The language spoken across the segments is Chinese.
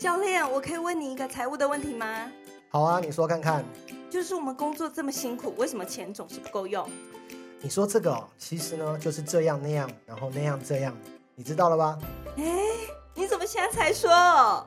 教练，我可以问你一个财务的问题吗？ 好啊，你说看看。 就是我们工作这么辛苦，为什么钱总是不够用？ 你说这个其实呢就是这样那样，然后那样这样，你知道了吧？ 你怎么现在才说？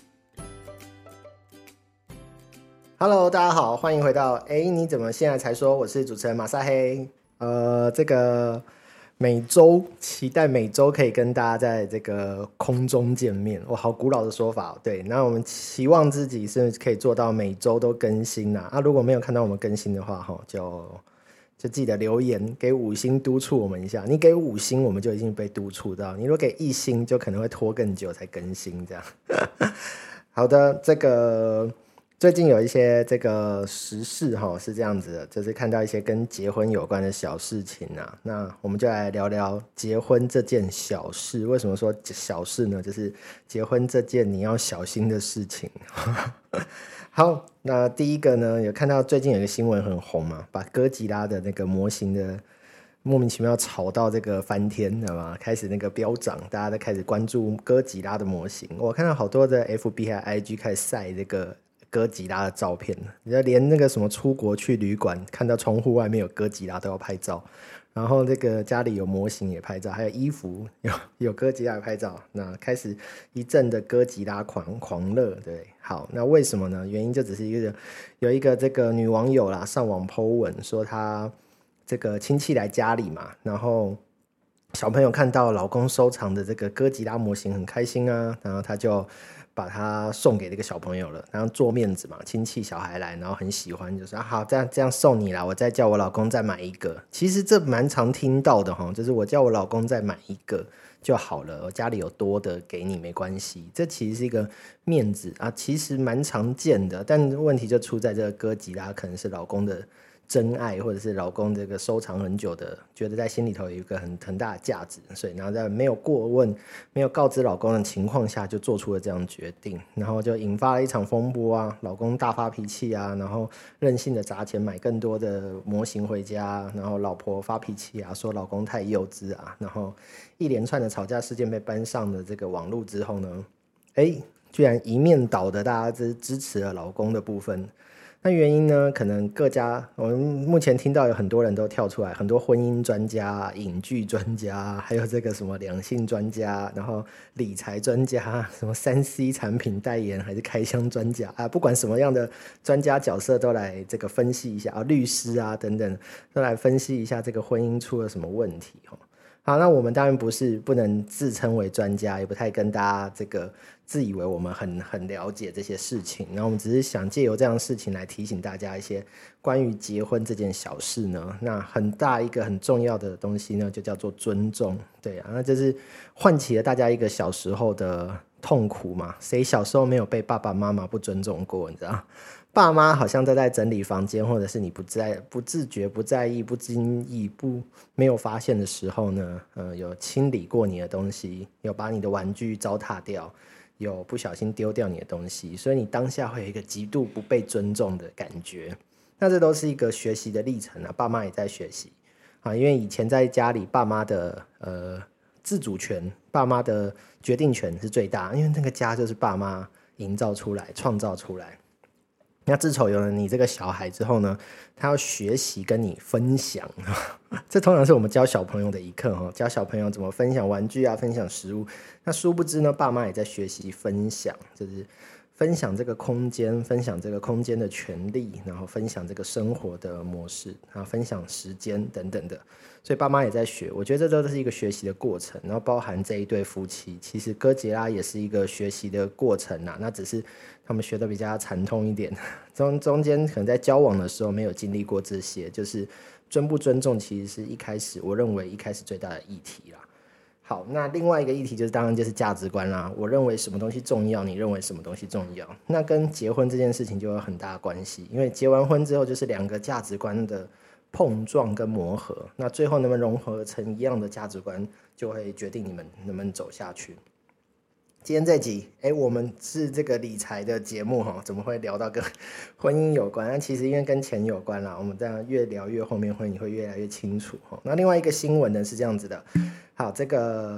Hello， 大家好，欢迎回到你怎么现在才说？我是主持人马萨黑。这个期待每周可以跟大家在这个空中见面，哇，好古老的说法哦。对，那我们期望自己是可以做到每周都更新啊。如果没有看到我们更新的话，就记得留言给5星督促我们一下。你给5星，我们就已经被督促到；你如果给1星，就可能会拖更久才更新这样。好的，这个最近有一些这个时事是这样子的，就是看到一些跟结婚有关的小事情啊。那我们就来聊聊结婚这件小事。为什么说小事呢？就是结婚这件你要小心的事情。好，那第一个呢，有看到最近有一个新闻很红嘛，把哥吉拉的那个模型的莫名其妙炒到这个翻天，知道吗？开始那个飙涨，大家都开始关注哥吉拉的模型。我看到好多的 FB 和 IG 开始晒这个哥吉拉的照片，连那个什么出国去旅馆，看到窗户外面有哥吉拉都要拍照。然后这个家里有模型也拍照，还有衣服有哥吉拉拍照，那开始一阵的哥吉拉狂热，对，好，那为什么呢？原因就只是有一个这个女网友啦，上网 po 文说她这个亲戚来家里嘛，然后小朋友看到老公收藏的这个哥吉拉模型很开心啊，然后她就把它送给这个小朋友了，然后做面子嘛，亲戚小孩来，然后很喜欢，就说好，这样送你啦，我再叫我老公再买一个。其实这蛮常听到的就是我叫我老公再买一个就好了，我家里有多的给你没关系。这其实是一个面子啊，其实蛮常见的，但问题就出在这个哥吉拉可能是老公的真爱，或者是老公这个收藏很久的，觉得在心里头有一个很大的价值，所以然后在没有过问、没有告知老公的情况下，就做出了这样的决定，然后就引发了一场风波啊，老公大发脾气啊，然后任性的砸钱买更多的模型回家，然后老婆发脾气啊，说老公太幼稚啊，然后一连串的吵架事件被搬上了这个网络之后呢，居然一面倒的大家支持了老公的部分。那原因呢？可能各家我们目前听到有很多人都跳出来，很多婚姻专家、影剧专家，还有这个什么两性专家，然后理财专家，什么3C 产品代言还是开箱专家啊，不管什么样的专家角色都来这个分析一下啊，律师啊等等都来分析一下这个婚姻出了什么问题好，那我们当然不能自称为专家，也不太跟大家这个自以为我们很了解这些事情。然后我们只是想借由这样的事情来提醒大家一些关于结婚这件小事呢。那很大一个很重要的东西呢，就叫做尊重。对啊，那就是唤起了大家一个小时候的痛苦嘛。谁小时候没有被爸爸妈妈不尊重过？你知道？爸妈好像都在整理房间，或者是你不自觉、不在意、不经意、没有发现的时候呢，有清理过你的东西，有把你的玩具糟蹋掉，有不小心丢掉你的东西，所以你当下会有一个极度不被尊重的感觉。那这都是一个学习的历程啊，爸妈也在学习啊，因为以前在家里，爸妈的自主权、爸妈的决定权是最大，因为那个家就是爸妈营造出来、创造出来。那自从有了你这个小孩之后呢，他要学习跟你分享，这通常是我们教小朋友的一课教小朋友怎么分享玩具啊，分享食物。那殊不知呢，爸妈也在学习分享，就是分享这个空间，分享这个空间的权利，然后分享这个生活的模式，然后分享时间等等的。所以爸妈也在学，我觉得这都是一个学习的过程，然后包含这一对夫妻，其实哥吉拉也是一个学习的过程那只是他们学的比较惨痛一点，中间可能在交往的时候没有经历过这些，就是尊不尊重其实是我认为一开始最大的议题啦。好，那另外一个议题当然就是价值观啦。我认为什么东西重要，你认为什么东西重要，那跟结婚这件事情就有很大的关系，因为结完婚之后就是两个价值观的碰撞跟磨合，那最后能不能融合成一样的价值观，就会决定你们能不能走下去。今天这集我们是这个理财的节目怎么会聊到跟婚姻有关？那其实因为跟钱有关啦，我们这样越聊越后面你会越来越清楚那另外一个新闻呢是这样子的，好，这个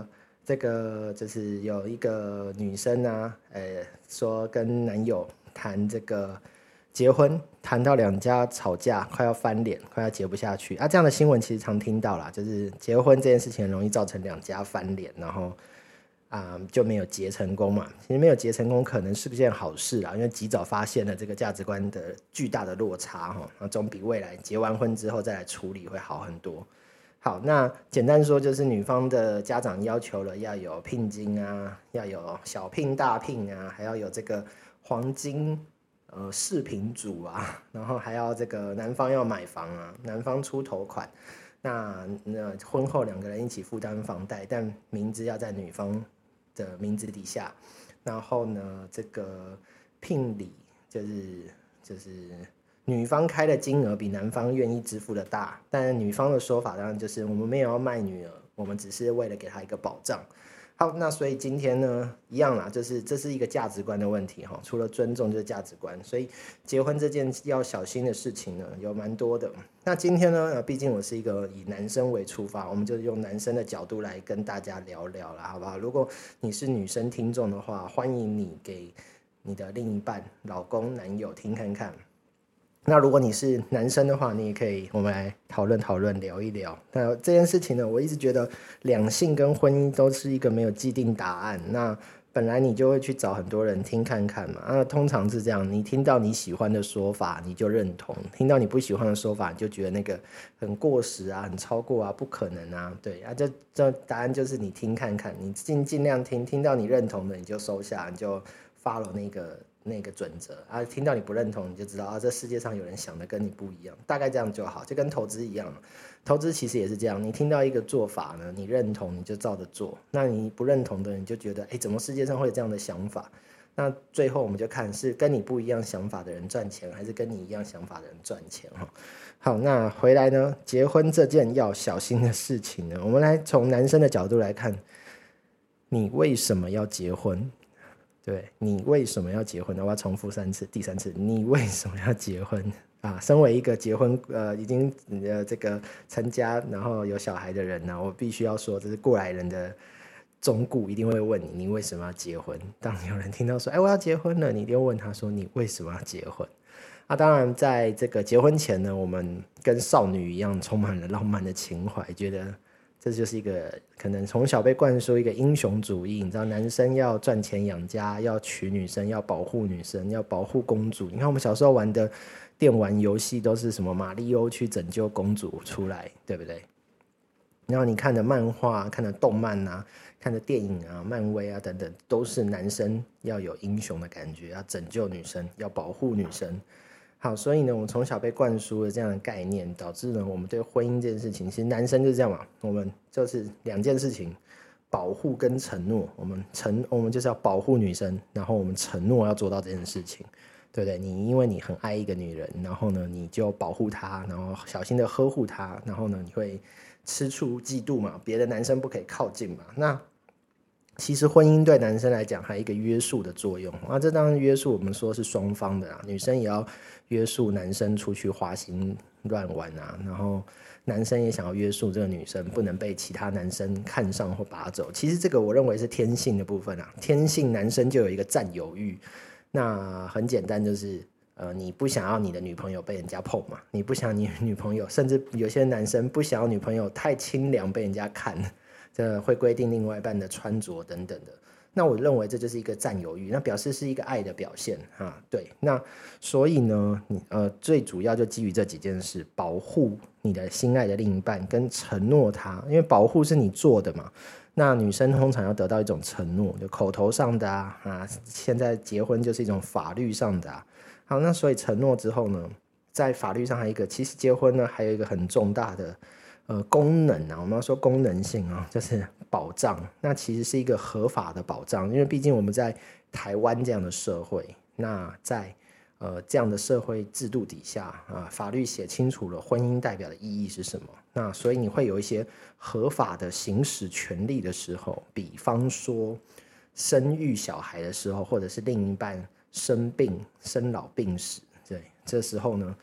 这个就是有一个女生啊，说跟男友谈这个结婚，谈到两家吵架，快要翻脸，快要结不下去啊。这样的新闻其实常听到啦，就是结婚这件事情很容易造成两家翻脸，然后就没有结成功嘛。其实没有结成功可能是件好事啊，因为及早发现了这个价值观的巨大的落差哈，总比未来结完婚之后再来处理会好很多。好，那简单说就是女方的家长要求了要有聘金啊，要有小聘大聘啊，还要有这个黄金饰品组啊，然后还要这个男方要买房啊，男方出头款，那婚后两个人一起负担房贷，但名字要在女方的名字底下，然后呢这个聘礼就是女方开的金额比男方愿意支付的大，但女方的说法当然就是我们没有要卖女儿，我们只是为了给她一个保障。好，那所以今天呢，一样啦，就是这是一个价值观的问题哈，除了尊重就是价值观，所以结婚这件要小心的事情呢，有蛮多的。那今天呢，毕竟我是一个以男生为出发，我们就用男生的角度来跟大家聊聊啦，好不好？如果你是女生听众的话，欢迎你给你的另一半、老公、男友听看看。那如果你是男生的话，你也可以，我们来讨论聊一聊。那这件事情呢，我一直觉得两性跟婚姻都是一个没有既定答案。那本来你就会去找很多人听看看嘛。那通常是这样，你听到你喜欢的说法，你就认同；听到你不喜欢的说法，你就觉得那个很过时啊，很超过啊，不可能啊，对啊，这答案就是你听看看，你尽量听到你认同的你就收下，你就 follow 那个准则啊，听到你不认同，你就知道啊，这世界上有人想的跟你不一样，大概这样就好，就跟投资一样，投资其实也是这样，你听到一个做法呢，你认同你就照着做，那你不认同的你就觉得，怎么世界上会有这样的想法？那最后我们就看是跟你不一样想法的人赚钱，还是跟你一样想法的人赚钱哈。好，那回来呢，结婚这件要小心的事情呢，我们来从男生的角度来看，你为什么要结婚？对，你为什么要结婚呢？我要重复第三次，你为什么要结婚啊？身为一个结婚已经这个成家然后有小孩的人呢，我必须要说，这是过来人的忠告，一定会问你，你为什么要结婚？当有人听到说，我要结婚了，你一定问他说，你为什么要结婚？当然，在这个结婚前呢，我们跟少女一样，充满了浪漫的情怀，觉得这就是一个可能从小被灌输一个英雄主义，你知道，男生要赚钱养家，要娶女生，要保护女生，要保护公主。你看我们小时候玩的电玩游戏都是什么马里欧去拯救公主出来，对不对？然后你看的漫画、看的动漫啊、看的电影啊、漫威啊等等，都是男生要有英雄的感觉，要拯救女生，要保护女生。好，所以呢，我们从小被灌输了这样的概念，导致呢，我们对婚姻这件事情，其实男生就是这样嘛，我们就是两件事情，保护跟承诺。我们就是要保护女生，然后我们承诺要做到这件事情，对不对？你因为你很爱一个女人，然后呢，你就保护她，然后小心的呵护她，然后呢，你会吃醋嫉妒嘛，别的男生不可以靠近嘛。那其实婚姻对男生来讲还有一个约束的作用啊，这当然约束我们说是双方的啊，女生也要约束男生出去花心乱玩啊，然后男生也想要约束这个女生不能被其他男生看上或拔走。其实这个我认为是天性的部分啊，天性男生就有一个占有欲，那很简单就是你不想要你的女朋友被人家碰嘛，你不想你女朋友，甚至有些男生不想要女朋友太清凉被人家看。这会规定另外一半的穿着等等的，那我认为这就是一个占有欲，那表示是一个爱的表现啊。对，那所以呢，最主要就基于这几件事，保护你的心爱的另一半，跟承诺他，因为保护是你做的嘛。那女生通常要得到一种承诺，就口头上的啊，现在结婚就是一种法律上的啊。好，那所以承诺之后呢，在法律上还有一个，其实结婚呢还有一个很重大的。功能啊，我们要说功能性啊，就是保障。那其实是一个合法的保障，因为毕竟我们在台湾这样的社会，那在这样的社会制度底下啊，法律写清楚了婚姻代表的意义是什么。那所以你会有一些合法的行使权利的时候，比方说生育小孩的时候，或者是另一半生病、生老病死，对，这时候呢。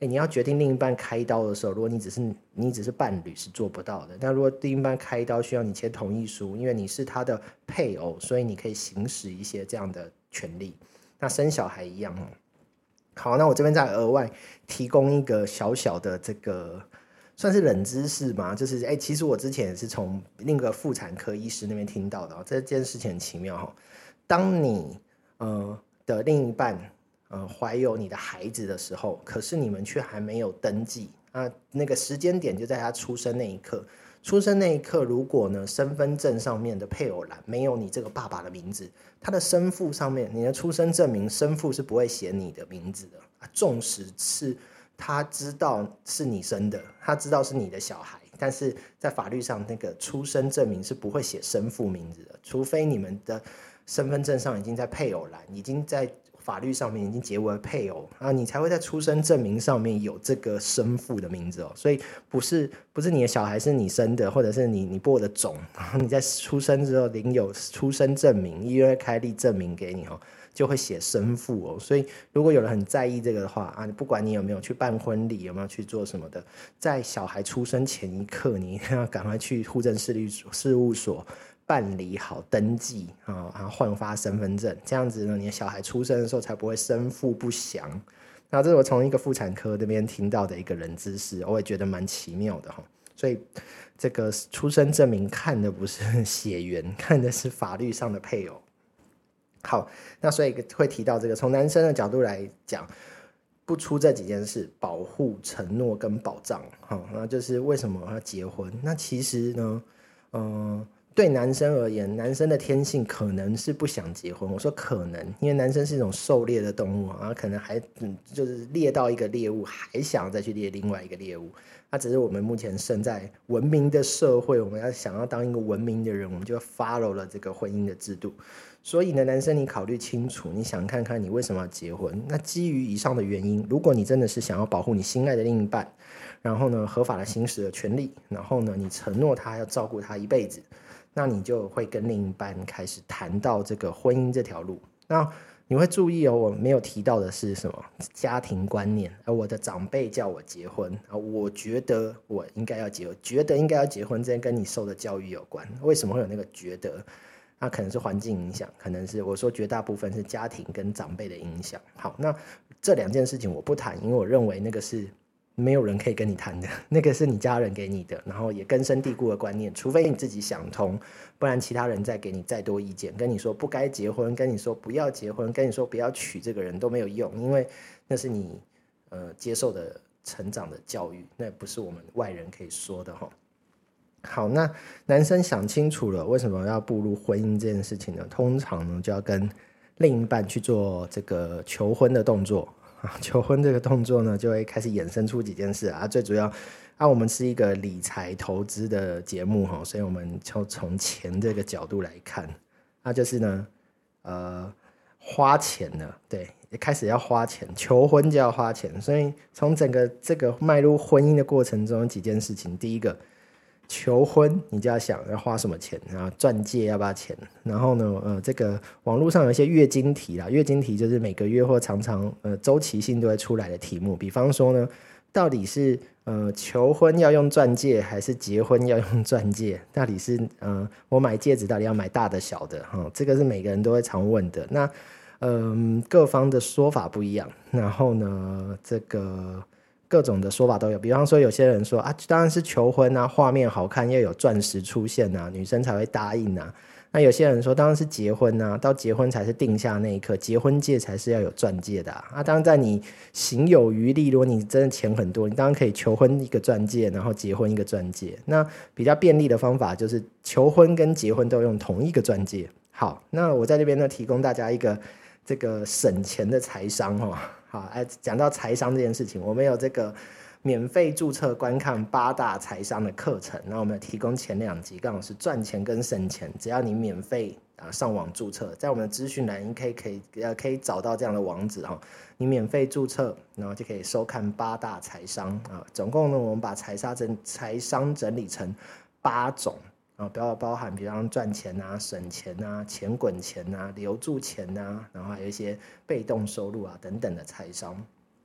你要决定另一半开刀的时候，如果你只是伴侣是做不到的。那如果另一半开刀需要你签同意书，因为你是他的配偶，所以你可以行使一些这样的权利。那生小孩一样哦。好，那我这边再额外提供一个小小的这个算是冷知识嘛，就是其实我之前也是从另一个妇产科医师那边听到的这件事情很奇妙哈。当你的另一半怀有你的孩子的时候，可是你们却还没有登记啊，那个时间点就在他出生那一刻。出生那一刻，如果呢身份证上面的配偶栏没有你这个爸爸的名字，他的生父上面你的出生证明生父是不会写你的名字的啊。纵使是他知道是你生的，他知道是你的小孩，但是在法律上那个出生证明是不会写生父名字的，除非你们的身份证上已经在配偶栏，已经在法律上面已经结为配偶啊，你才会在出生证明上面有这个生父的名字哦。所以不是你的小孩是你生的，或者是你播的种，你在出生之后领有出生证明，医院会开立证明给你哦，就会写生父哦。所以如果有人很在意这个的话啊，不管你有没有去办婚礼，有没有去做什么的，在小孩出生前一刻，你一定要赶快去户政事务所办理好登记啊，然后换发身份证，这样子呢，你的小孩出生的时候才不会生父不详。那这是我从一个妇产科那边听到的一个冷知识，我也觉得蛮奇妙的哈。所以这个出生证明看的不是血缘，看的是法律上的配偶。好，那所以会提到这个，从男生的角度来讲，不出这几件事，保护、承诺跟保障，那就是为什么要结婚？那其实呢，对男生而言，男生的天性可能是不想结婚。我说可能，因为男生是一种狩猎的动物啊，可能还就是猎到一个猎物，还想再去猎另外一个猎物。那只是我们目前生在文明的社会，我们想要当一个文明的人，我们就 follow 了这个婚姻的制度。所以呢，男生你考虑清楚，你想看看你为什么要结婚。那基于以上的原因，如果你真的是想要保护你心爱的另一半，然后呢合法的行使了权利，然后呢你承诺他要照顾他一辈子，那你就会跟另一半开始谈到这个婚姻这条路。那你会注意哦，我没有提到的是什么家庭观念。我的长辈叫我结婚啊，我觉得我应该要结婚，觉得应该要结婚，这跟你受的教育有关。为什么会有那个觉得？那可能是环境影响，可能是我说绝大部分是家庭跟长辈的影响。好，那这两件事情我不谈，因为我认为那个是没有人可以跟你谈的，那个是你家人给你的，然后也根深蒂固的观念，除非你自己想通，不然其他人再给你再多意见，跟你说不该结婚，跟你说不要结婚，跟你说不要娶这个人都没有用，因为那是你接受的成长的教育，那不是我们外人可以说的哈。好，那男生想清楚了为什么要步入婚姻这件事情呢？通常呢就要跟另一半去做这个求婚的动作。求婚这个动作呢，就会开始衍生出几件事啊。最主要我们是一个理财投资的节目哈，所以我们就从钱这个角度来看，那就是呢，花钱了，对，开始要花钱，求婚就要花钱，所以从整个这个迈入婚姻的过程中，有几件事情，第一个。求婚你就要想要花什么钱，然后钻戒要不要钱，然后呢，这个网络上有一些月经题啦，月经题就是每个月或常常周期性都会出来的题目，比方说呢，到底是求婚要用钻戒还是结婚要用钻戒？到底是我买戒指到底要买大的小的？这个是每个人都会常问的。那各方的说法不一样，然后呢，这个。各种的说法都有，比方说有些人说啊，当然是求婚啊，画面好看，要有钻石出现啊，女生才会答应啊。那有些人说当然是结婚啊，到结婚才是定下那一刻，结婚戒才是要有钻戒的啊。当然在你行有余力，如果你真的钱很多，你当然可以求婚一个钻戒，然后结婚一个钻戒。那比较便利的方法就是求婚跟结婚都用同一个钻戒。好，那我在这边呢提供大家一个这个省钱的财商哦。好，讲到财商这件事情，我们有这个免费注册观看8大财商的课程，那我们有提供前2集，刚好是赚钱跟省钱，只要你免费上网注册，在我们的资讯栏可以找到这样的网址哈，你免费注册，然后就可以收看8大财商啊，总共呢我们把财商整理成8种。包含比方赚钱啊、省钱啊、钱滚钱啊、留住钱啊，然后还有一些被动收入啊等等的财商。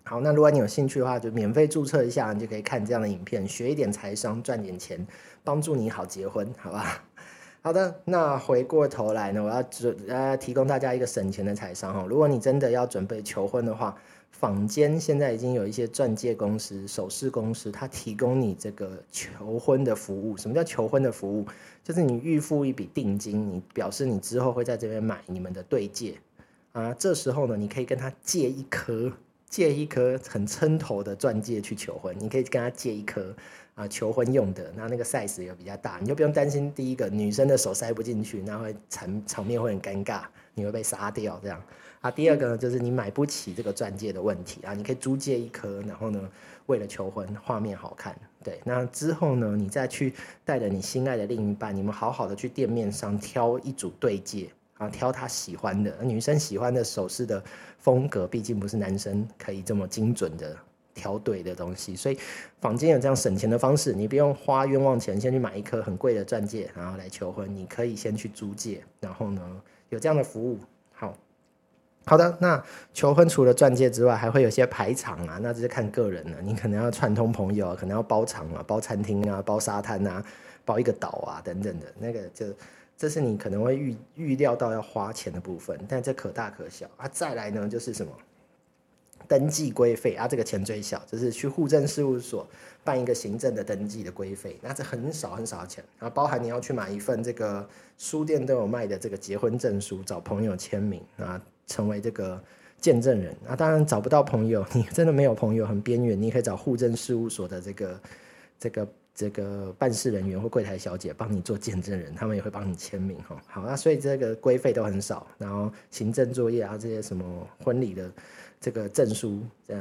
好，那如果你有兴趣的话，就免费注册一下，你就可以看这样的影片，学一点财商，赚点钱，帮助你好结婚，好吧？好的，那回过头来呢，我要提供大家一个省钱的财商哈。如果你真的要准备求婚的话，坊间现在已经有一些钻戒公司、首饰公司，它提供你这个求婚的服务。什么叫求婚的服务？就是你预付一笔定金，你表示你之后会在这边买你们的对戒啊。这时候呢，你可以跟他借一颗很撑头的钻戒去求婚，你可以跟他借一颗求婚用的，那个 size 也比较大，你就不用担心第一个女生的手塞不进去，那会场面会很尴尬，你会被杀掉这样第二个呢，就是你买不起这个钻戒的问题你可以租借一颗，然后呢，为了求婚画面好看，对，那之后呢，你再去带着你心爱的另一半，你们好好的去店面上挑一组对戒。挑他喜欢的，女生喜欢的首饰的风格，毕竟不是男生可以这么精准的挑对的东西，所以坊间有这样省钱的方式，你不用花冤枉钱先去买一颗很贵的钻戒，然后来求婚，你可以先去租戒，然后呢有这样的服务。好的，那求婚除了钻戒之外，还会有些排场那这是看个人了。你可能要串通朋友可能要包场包餐厅包沙滩包一个岛等等的，那个这是你可能会预料到要花钱的部分，但这可大可小再来呢，就是什么登记规费这个钱最小，就是去户政事务所办一个行政的登记的规费，那这很少很少的钱包含你要去买一份这个书店都有卖的这个结婚证书，找朋友签名成为这个见证人当然找不到朋友，你真的没有朋友很边缘，你可以找户政事务所的这个办事人员或柜台小姐帮你做见证人，他们也会帮你签名好所以这个规费都很少，然后行政作业这些什么婚礼的这个证书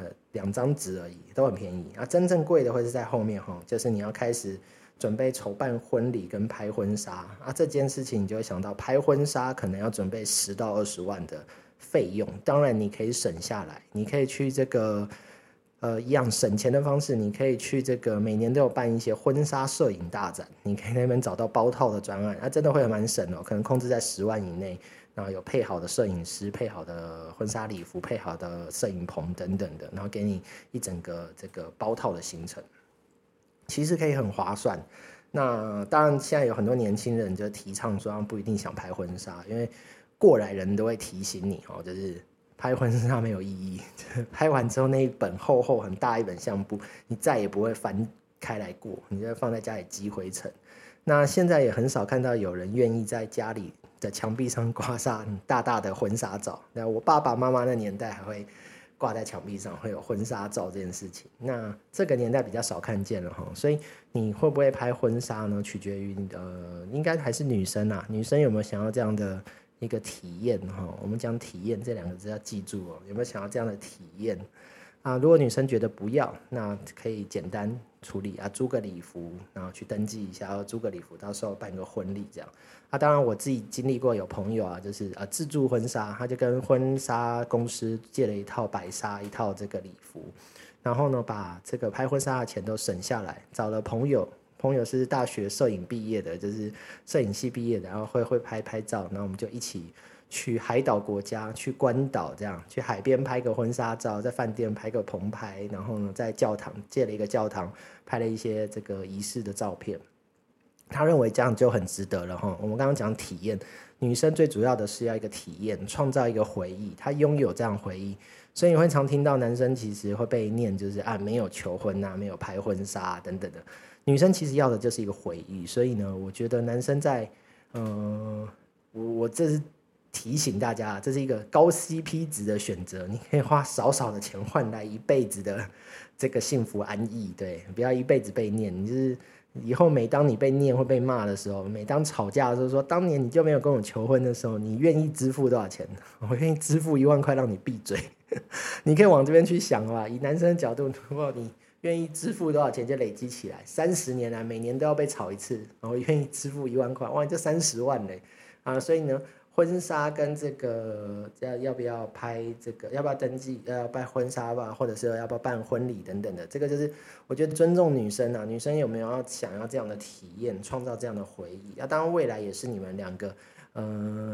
2张纸而已，都很便宜真正贵的会是在后面就是你要开始准备筹办婚礼跟拍婚纱这件事情，你就会想到拍婚纱可能要准备10到20万的费用，当然你可以省下来，你可以去这个一样省钱的方式，你可以去这个每年都有办一些婚纱摄影大展，你可以在那边找到包套的专案真的会蛮省可能控制在10万以内，然后有配好的摄影师、配好的婚纱礼服、配好的摄影棚等等的，然后给你一整个这个包套的行程，其实可以很划算。那当然现在有很多年轻人就提倡说他们不一定想拍婚纱，因为过来人都会提醒你就是拍婚纱没有意义，拍完之后那一本厚厚很大一本相簿，你再也不会翻开来过，你就放在家里积灰尘。那现在也很少看到有人愿意在家里的墙壁上挂上大大的婚纱照，那我爸爸妈妈那年代还会挂在墙壁上会有婚纱照这件事情，那这个年代比较少看见了所以你会不会拍婚纱呢，取决于应该还是女生女生有没有想要这样的一个体验我们讲体验这2个字要记住有没有想要这样的体验如果女生觉得不要，那可以简单处理租个礼服，然后去登记一下，租个礼服，到时候办个婚礼这样当然我自己经历过，有朋友就是自助婚纱，他就跟婚纱公司借了一套白纱，一套这个礼服，然后呢把这个拍婚纱的钱都省下来，找了朋友是大学摄影毕业的，就是摄影系毕业的，然后会拍照，然后我们就一起去海岛国家，去关岛这样，去海边拍个婚纱照，在饭店拍个棚拍，然后呢在教堂借了一个教堂拍了一些这个仪式的照片。他认为这样就很值得了我们刚刚讲体验，女生最主要的是要一个体验，创造一个回忆，她拥有这样回忆，所以你会常听到男生其实会被念就是没有求婚没有拍婚纱等等的，女生其实要的就是一个回忆。所以呢，我觉得男生在我这是提醒大家，这是一个高 CP 值的选择，你可以花少少的钱换来一辈子的这个幸福安逸，对，不要一辈子被念。你就是以后每当你被念或被骂的时候，每当吵架的时候说当年你就没有跟我求婚的时候，你愿意支付多少钱？我愿意支付1万块让你闭嘴。你可以往这边去想吧，以男生的角度，如果你愿意支付多少钱就累积起来，30年来每年都要被吵一次，然后愿意支付1万块，哇，这30万嘞所以呢，婚纱跟这个要不要拍这个，要不要登记，要办婚纱吧，或者是要不要办婚礼等等的，这个就是我觉得尊重女生女生有没有想要这样的体验，创造这样的回忆当然未来也是你们2个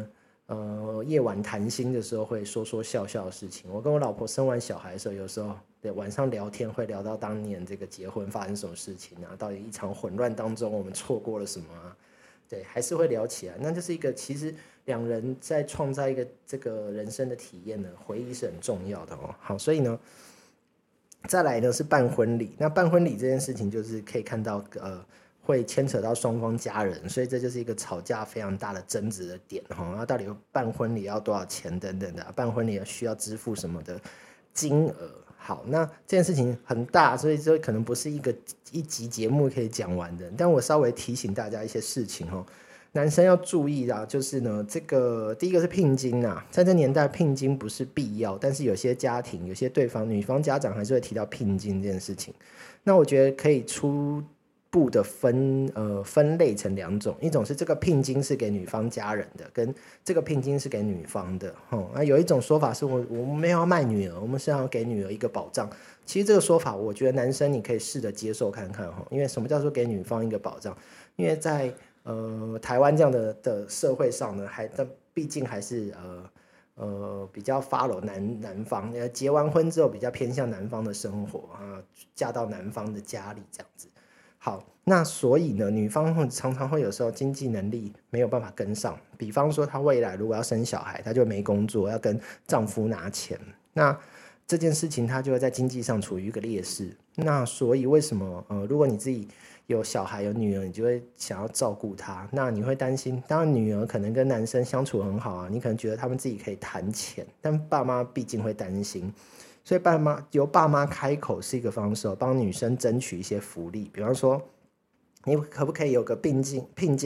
夜晚谈心的时候会说说笑笑的事情。我跟我老婆生完小孩的时候，有时候对晚上聊天会聊到当年这个结婚发生什么事情啊，到底一场混乱当中我们错过了什么啊？对，还是会聊起来。那就是一个其实两人在创造一个这个人生的体验呢，回忆是很重要的哦。好，所以呢，再来呢是办婚礼。那办婚礼这件事情就是可以看到会牵扯到双方家人，所以这就是一个吵架非常大的争执的点哈。然后到底办婚礼要多少钱等等的，办婚礼需要支付什么的金额。好，那这件事情很大，所以这可能不是一集节目可以讲完的。但我稍微提醒大家一些事情哦，男生要注意啦，就是呢，这个第一个是聘金啊，在这年代聘金不是必要，但是有些家庭、有些女方家长还是会提到聘金这件事情。那我觉得可以初步的分类成两种，一种是这个聘金是给女方家人的，跟这个聘金是给女方的。那有一种说法是我们没有要卖女儿，我们是要给女儿一个保障。其实这个说法，我觉得男生你可以试着接受看看，因为什么叫做给女方一个保障？因为在台湾这样的社会上呢，毕竟还是比较 follow男方，结完婚之后比较偏向男方的生活啊，嫁到男方的家里这样子。好，那所以呢，女方常常会有时候经济能力没有办法跟上，比方说她未来如果要生小孩，她就没工作，要跟丈夫拿钱，那这件事情她就会在经济上处于一个劣势。那所以为什么如果你自己有小孩有女儿，你就会想要照顾她，那你会担心，当然女儿可能跟男生相处很好啊，你可能觉得他们自己可以谈钱，但爸妈毕竟会担心。所以由爸妈开口是一个方式，帮女生争取一些福利，比方说你可不可以有个聘金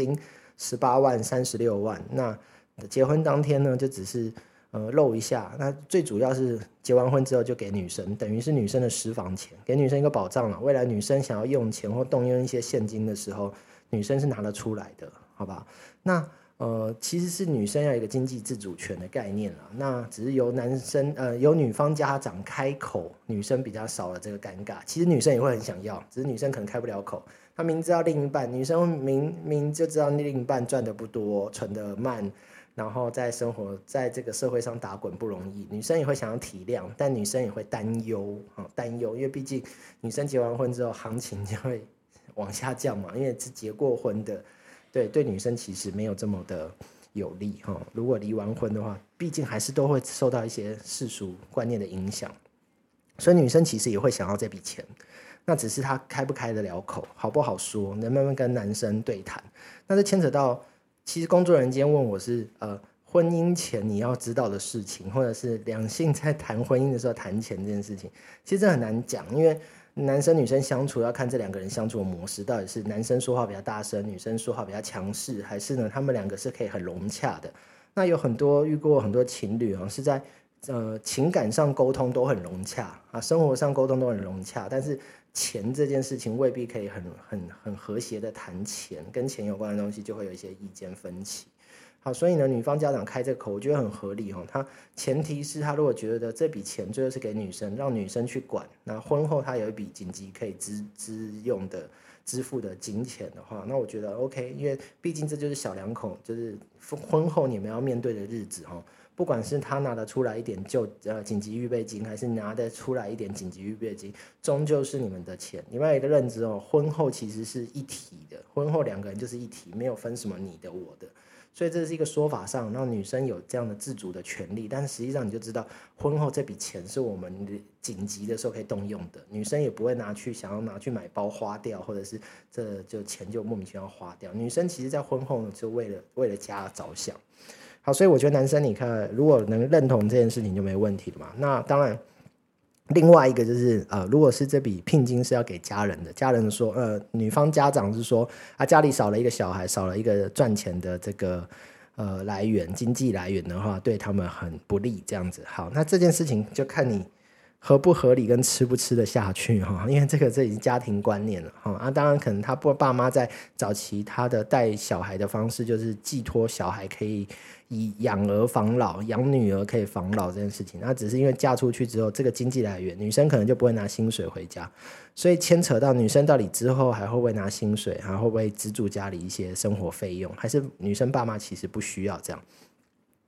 18万36万，那结婚当天呢就只是露一下，那最主要是结完婚之后就给女生，等于是女生的私房钱，给女生一个保障了，未来女生想要用钱或动用一些现金的时候，女生是拿得出来的，好吧？那其实是女生要有一个经济自主权的概念啦，那只是由由女方家长开口，女生比较少了这个尴尬。其实女生也会很想要，只是女生可能开不了口。她明知道另一半，女生明就知道另一半赚的不多，存的慢，然后在这个社会上打滚不容易，女生也会想要体谅，但女生也会担忧，因为毕竟女生结完婚之后行情就会往下降嘛，因为是结过婚的。对女生其实没有这么的有利如果离完婚的话，毕竟还是都会受到一些世俗观念的影响，所以女生其实也会想要这笔钱，那只是她开不开得了口，好不好说，能慢慢跟男生对谈。那这牵扯到，其实工作人员今天问我是婚姻前你要知道的事情，或者是两性在谈婚姻的时候谈钱这件事情，其实这很难讲，因为男生女生相处要看这两个人相处的模式，到底是男生说话比较大声，女生说话比较强势，还是呢他们两个是可以很融洽的。那遇过很多情侣是在情感上沟通都很融洽啊，生活上沟通都很融洽，但是钱这件事情未必可以很和谐的谈钱，跟钱有关的东西就会有一些意见分歧。好，所以呢，女方家长开这个口，我觉得很合理他前提是他如果觉得这笔钱最后是给女生，让女生去管，那婚后他有一笔紧急可以支付的金钱的话，那我觉得 OK， 因为毕竟这就是小两口，就是婚后你们要面对的日子不管是他拿得出来一点紧急预备金，还是拿得出来一点紧急预备金，终究是你们的钱。你们要有一个认知婚后其实是一体的，婚后两个人就是一体，没有分什么你的我的。所以这是一个说法上让女生有这样的自主的权利，但是实际上你就知道婚后这笔钱是我们紧急的时候可以动用的，女生也不会想要拿去买包花掉，或者是这就钱就莫名其妙花掉。女生其实在婚后就为了家着想。好，所以我觉得男生你看如果能认同这件事情就没问题了嘛。那当然另外一个就是如果是这笔聘金是要给家人的，家人说女方家长是说家里少了一个小孩，少了一个赚钱的这个经济来源的话，对他们很不利这样子。好，那这件事情就看你合不合理跟吃不吃得下去因为这已经家庭观念了当然可能他爸妈在早期他的带小孩的方式就是寄托小孩可以以养儿防老，养女儿可以防老这件事情，那只是因为嫁出去之后这个经济来源女生可能就不会拿薪水回家，所以牵扯到女生到底之后还会不会拿薪水，还会不会资助家里一些生活费用，还是女生爸妈其实不需要这样。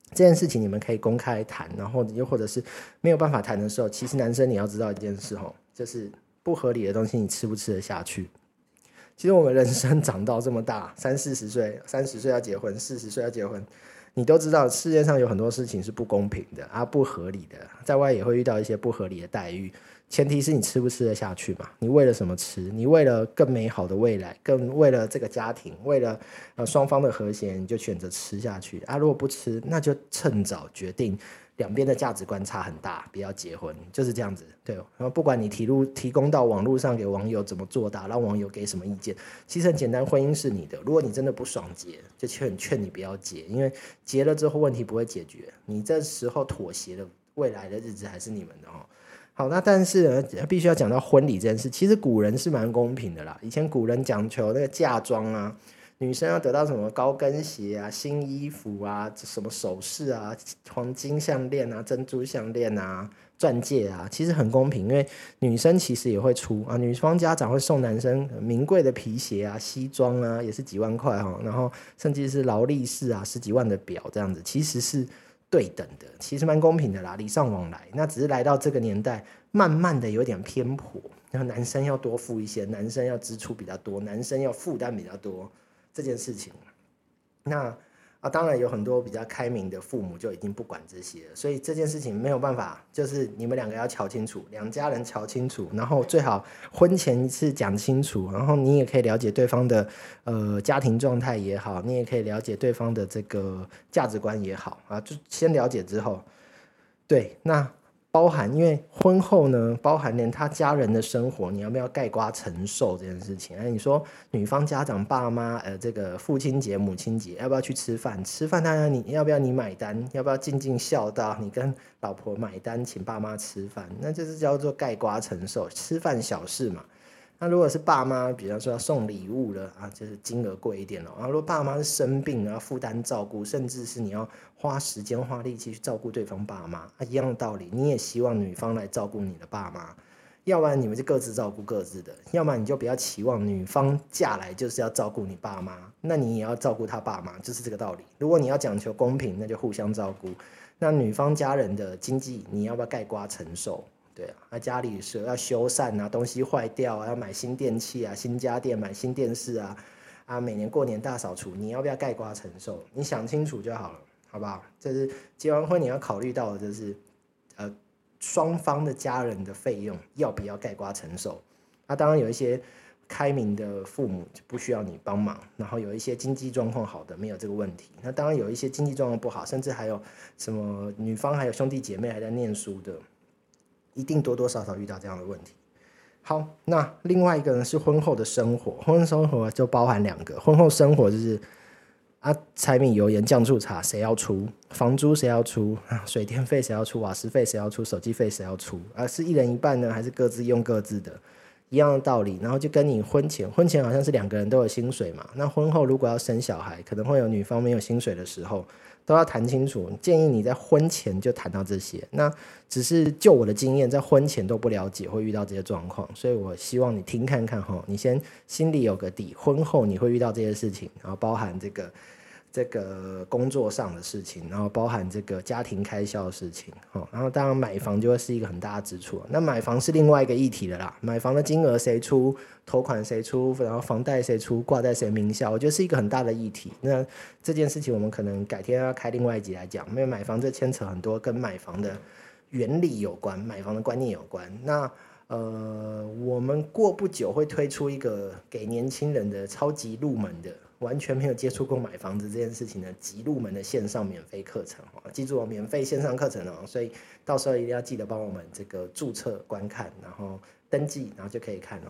这件事情你们可以公开谈，然后又或者是没有办法谈的时候，其实男生你要知道一件事就是不合理的东西你吃不吃得下去。其实我们人生长到这么大，30岁30岁要结婚，40岁要结婚，你都知道世界上有很多事情是不公平的不合理的，在外也会遇到一些不合理的待遇，前提是你吃不吃得下去嘛？你为了什么吃？你为了更美好的未来，更为了这个家庭，为了双方的和谐，你就选择吃下去如果不吃，那就趁早决定两边的价值观差很大，不要结婚，就是这样子。对，然后不管你提供到网络上给网友怎么做大，让网友给什么意见，其实很简单，婚姻是你的，如果你真的不爽结，就劝你不要结，因为结了之后问题不会解决，你这时候妥协的未来的日子还是你们的好，那但是呢，必须要讲到婚礼这件事，其实古人是蛮公平的啦。以前古人讲求那个嫁妆女生要得到什么高跟鞋新衣服什么首饰黄金项链珍珠项链钻戒其实很公平，因为女生其实也会出女方家长会送男生名贵的皮鞋西装也是几万块然后甚至是劳力士十几万的表这样子，其实是对等的，其实蛮公平的啦，礼尚往来。那只是来到这个年代，慢慢的有点偏颇，然后男生要多付一些，男生要支出比较多，男生要负担比较多这件事情。那当然有很多比较开明的父母就已经不管这些了，所以这件事情没有办法，就是你们两个要瞧清楚，两家人瞧清楚，然后最好婚前一次讲清楚，然后你也可以了解对方的家庭状态也好，你也可以了解对方的这个价值观也好就先了解之后，对，那包含因为婚后呢，包含连他家人的生活，你要不要概括承受这件事情？你说女方家长爸妈这个父亲节母亲节要不要去吃饭？吃饭当然你要不要你买单？要不要尽尽孝道？你跟老婆买单请爸妈吃饭，那就是叫做概括承受，吃饭小事嘛。那如果是爸妈，比方说要送礼物了就是金额贵一点了如果爸妈是生病要负担照顾，甚至是你要花时间花力气去照顾对方爸妈一样的道理，你也希望女方来照顾你的爸妈，要不然你们就各自照顾各自的，要不然你就不要期望女方嫁来就是要照顾你爸妈，那你也要照顾他爸妈，就是这个道理。如果你要讲求公平，那就互相照顾，那女方家人的经济你要不要概括承受？对家里是要修缮东西坏掉要买新电器新家电买新电视每年过年大扫除，你要不要概括承受？你想清楚就好了，好不好？这是结完婚你要考虑到的，就是双方的家人的费用要不要概括承受当然有一些开明的父母就不需要你帮忙，然后有一些经济状况好的没有这个问题，那当然有一些经济状况不好，甚至还有什么女方还有兄弟姐妹还在念书的，一定多多少少遇到这样的问题。好，那另外一个呢是婚后的生活，婚后生活就包含2个，婚后生活就是柴米油盐酱醋茶谁要出，房租谁要出水电费谁要出，瓦斯费谁要出，手机费谁要出是一人一半呢，还是各自用各自的，一样的道理。然后就跟你婚前好像是2个人都有薪水嘛，那婚后如果要生小孩，可能会有女方没有薪水的时候，都要谈清楚，建议你在婚前就谈到这些。那只是就我的经验，在婚前都不了解会遇到这些状况，所以我希望你听看看你先心里有个底，婚后你会遇到这些事情，然后包含这个工作上的事情，然后包含这个家庭开销的事情然后当然买房就会是一个很大的支出，那买房是另外一个议题了啦，买房的金额谁出，头款谁出，然后房贷谁出，挂在谁名下，我觉得是一个很大的议题。那这件事情我们可能改天要开另外一集来讲，因为买房这牵扯很多跟买房的原理有关，买房的观念有关。那我们过不久会推出一个给年轻人的超级入门的，完全没有接触过买房子这件事情的极入门的线上免费课程记住免费线上课程所以到时候一定要记得帮我们这个注册观看，然后登记，然后就可以看了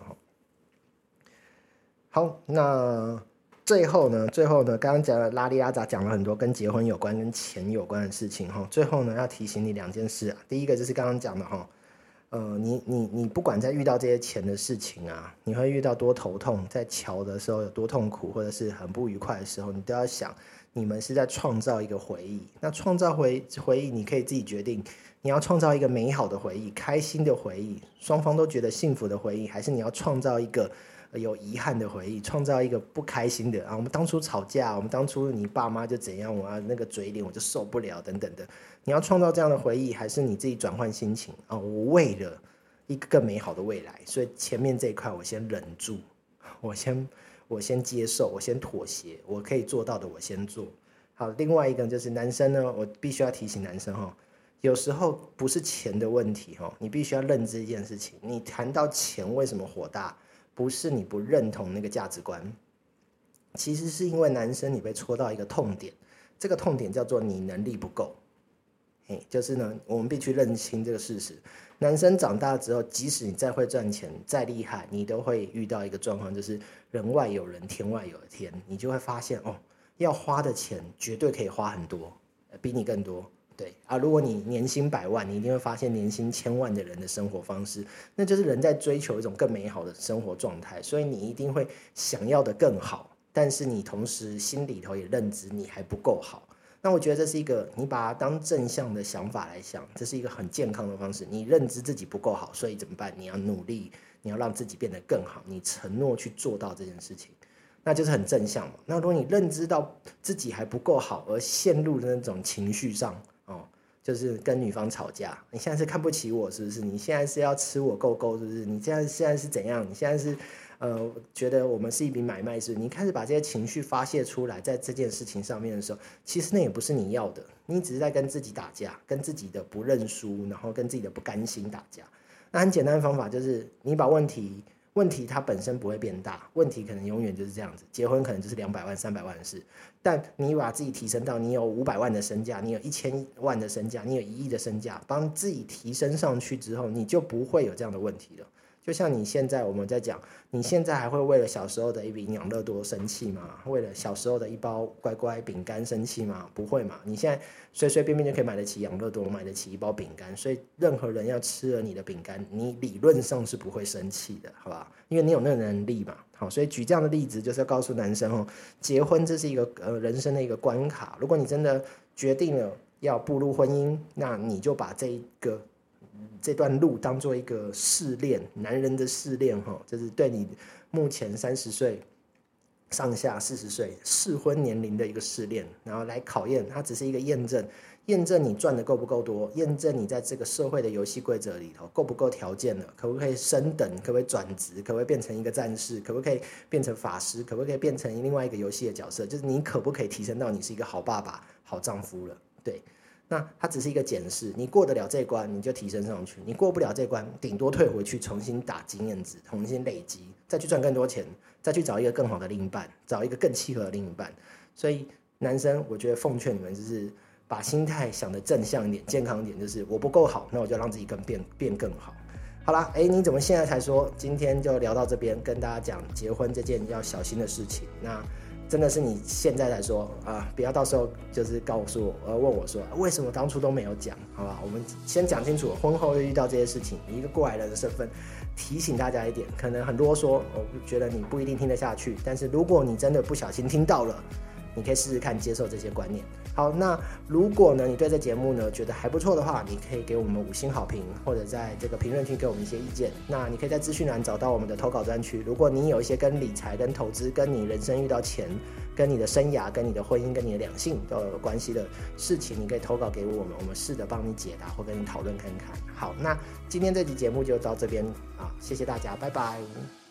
好，那最后呢，刚刚讲了拉里拉杂，讲了很多跟结婚有关、跟钱有关的事情最后呢，要提醒你2件事第一个就是刚刚讲的你不管在遇到这些钱的事情你会遇到多头痛，在瞧的时候有多痛苦，或者是很不愉快的时候，你都要想，你们是在创造一个回忆。那创造回忆，你可以自己决定，你要创造一个美好的回忆、开心的回忆，双方都觉得幸福的回忆，还是你要创造一个有遗憾的回忆，创造一个不开心的啊。我们当初吵架，我们当初你爸妈就怎样，我那个嘴脸我就受不了等等的。你要创造这样的回忆，还是你自己转换心情啊？我为了一个更美好的未来，所以前面这一块我先忍住，我先接受，我先妥协，我可以做到的我先做。好，另外一个就是男生呢，我必须要提醒男生有时候不是钱的问题你必须要认知一件事情。你谈到钱为什么火大，不是你不认同那个价值观，其实是因为男生你被戳到一个痛点，这个痛点叫做你能力不够。就是呢，我们必须认清这个事实。男生长大之后，即使你再会赚钱，再厉害，你都会遇到一个状况，就是人外有人，天外有天。你就会发现要花的钱绝对可以花很多，比你更多。对啊，如果你年薪100万，你一定会发现年薪1000万的人的生活方式，那就是人在追求一种更美好的生活状态，所以你一定会想要的更好，但是你同时心里头也认知你还不够好。那我觉得这是一个你把它当正向的想法来想，这是一个很健康的方式。你认知自己不够好，所以怎么办？你要努力，你要让自己变得更好，你承诺去做到这件事情，那就是很正向嘛。那如果你认知到自己还不够好，而陷入的那种情绪上就是跟女方吵架，你现在是看不起我是不是？你现在是要吃我够够是不是？你现在是怎样？你现在是觉得我们是一笔买卖是不是？你开始把这些情绪发泄出来，在这件事情上面的时候，其实那也不是你要的，你只是在跟自己打架，跟自己的不认输，然后跟自己的不甘心打架。那很简单的方法就是你把问题它本身不会变大，问题可能永远就是这样子，结婚可能就是200万300万的事，但你把自己提升到你有500万的身价，你有1000万的身价，你有1亿的身价，帮自己提升上去之后，你就不会有这样的问题了。就像你现在我们在讲，你现在还会为了小时候的一瓶养乐多生气吗？为了小时候的一包乖乖饼干生气吗？不会嘛，你现在随随便便就可以买得起养乐多，买得起一包饼干，所以任何人要吃了你的饼干，你理论上是不会生气的，好吧？因为你有那个能力嘛。好，所以举这样的例子就是要告诉男生结婚这是一个人生的一个关卡。如果你真的决定了要步入婚姻，那你就把这段路当做一个试炼，男人的试炼就是对你目前30岁上下40岁适婚年龄的一个试炼，然后来考验它，只是一个验证你赚的够不够多，验证你在这个社会的游戏规则里头够不够条件了，可不可以升等，可不可以转职，可不可以变成一个战士，可不可以变成法师，可不可以变成另外一个游戏的角色，就是你可不可以提升到你是一个好爸爸好丈夫了。对，那它只是一个检视，你过得了这关你就提升上去，你过不了这关顶多退回去重新打经验值，重新累积，再去赚更多钱，再去找一个更好的另一半，找一个更契合的另一半。所以男生我觉得奉劝你们就是把心态想得正向一点，健康一点，就是我不够好，那我就让自己变更好。好啦，你怎么现在才说？今天就聊到这边，跟大家讲结婚这件要小心的事情。那真的是你现在才说不要到时候就是告诉我问我说为什么当初都没有讲，好吧？我们先讲清楚，婚后又遇到这些事情，以一个过来人的身份提醒大家一点，可能很啰嗦，我觉得你不一定听得下去，但是如果你真的不小心听到了，你可以试试看接受这些观念。好，那如果呢你对这节目呢觉得还不错的话，你可以给我们5星好评，或者在这个评论区给我们一些意见。那你可以在资讯栏找到我们的投稿专区，如果你有一些跟理财跟投资跟你人生遇到钱跟你的生涯跟你的婚姻跟你的两性都有关系的事情，你可以投稿给我们试着帮你解答或跟你讨论看看。好，那今天这集节目就到这边谢谢大家，拜拜。